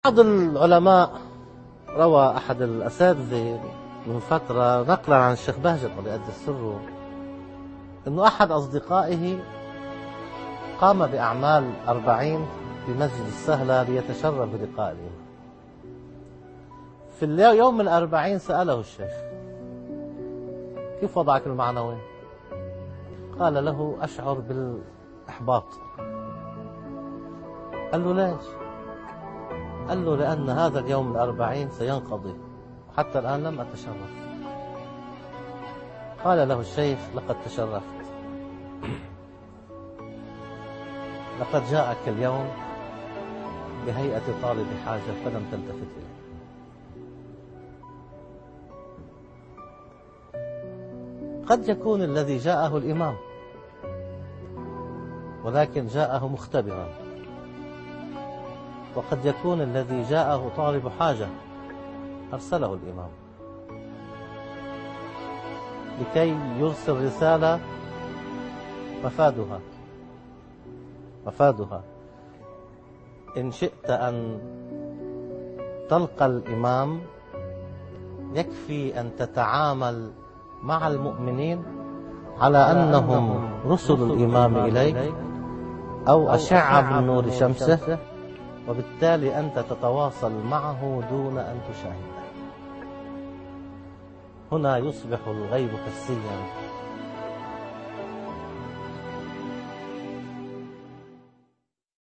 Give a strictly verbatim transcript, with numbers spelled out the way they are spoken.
بعض العلماء روى أحد الأساتذة من فترة نقلا عن الشيخ بهجت الله يقدس سره أنه أحد أصدقائه قام بأعمال أربعين في مسجد السهلة ليتشرف بلقاء الإمام. في اليوم الأربعين سأله الشيخ: كيف وضعك المعنوي؟ قال له: أشعر بالإحباط. قال له: ليش؟ قال له: لأن هذا اليوم الأربعين سينقضي وحتى الآن لم أتشرف. قال له الشيخ: لقد تشرفت، لقد جاءك اليوم بهيئة طالب حاجة فلم تلتفت إليه. قد يكون الذي جاءه الإمام، ولكن جاءه مختبرا، وقد يكون الذي جاءه طالب حاجة أرسله الإمام لكي يرسل رسالة مفادها مفادها إن شئت أن تلقى الإمام يكفي أن تتعامل مع المؤمنين على أنهم رسل الإمام إليك أو أشعة بالنور شمسه، وبالتالي أنت تتواصل معه دون أن تشاهده. هنا يصبح الغيب حسيا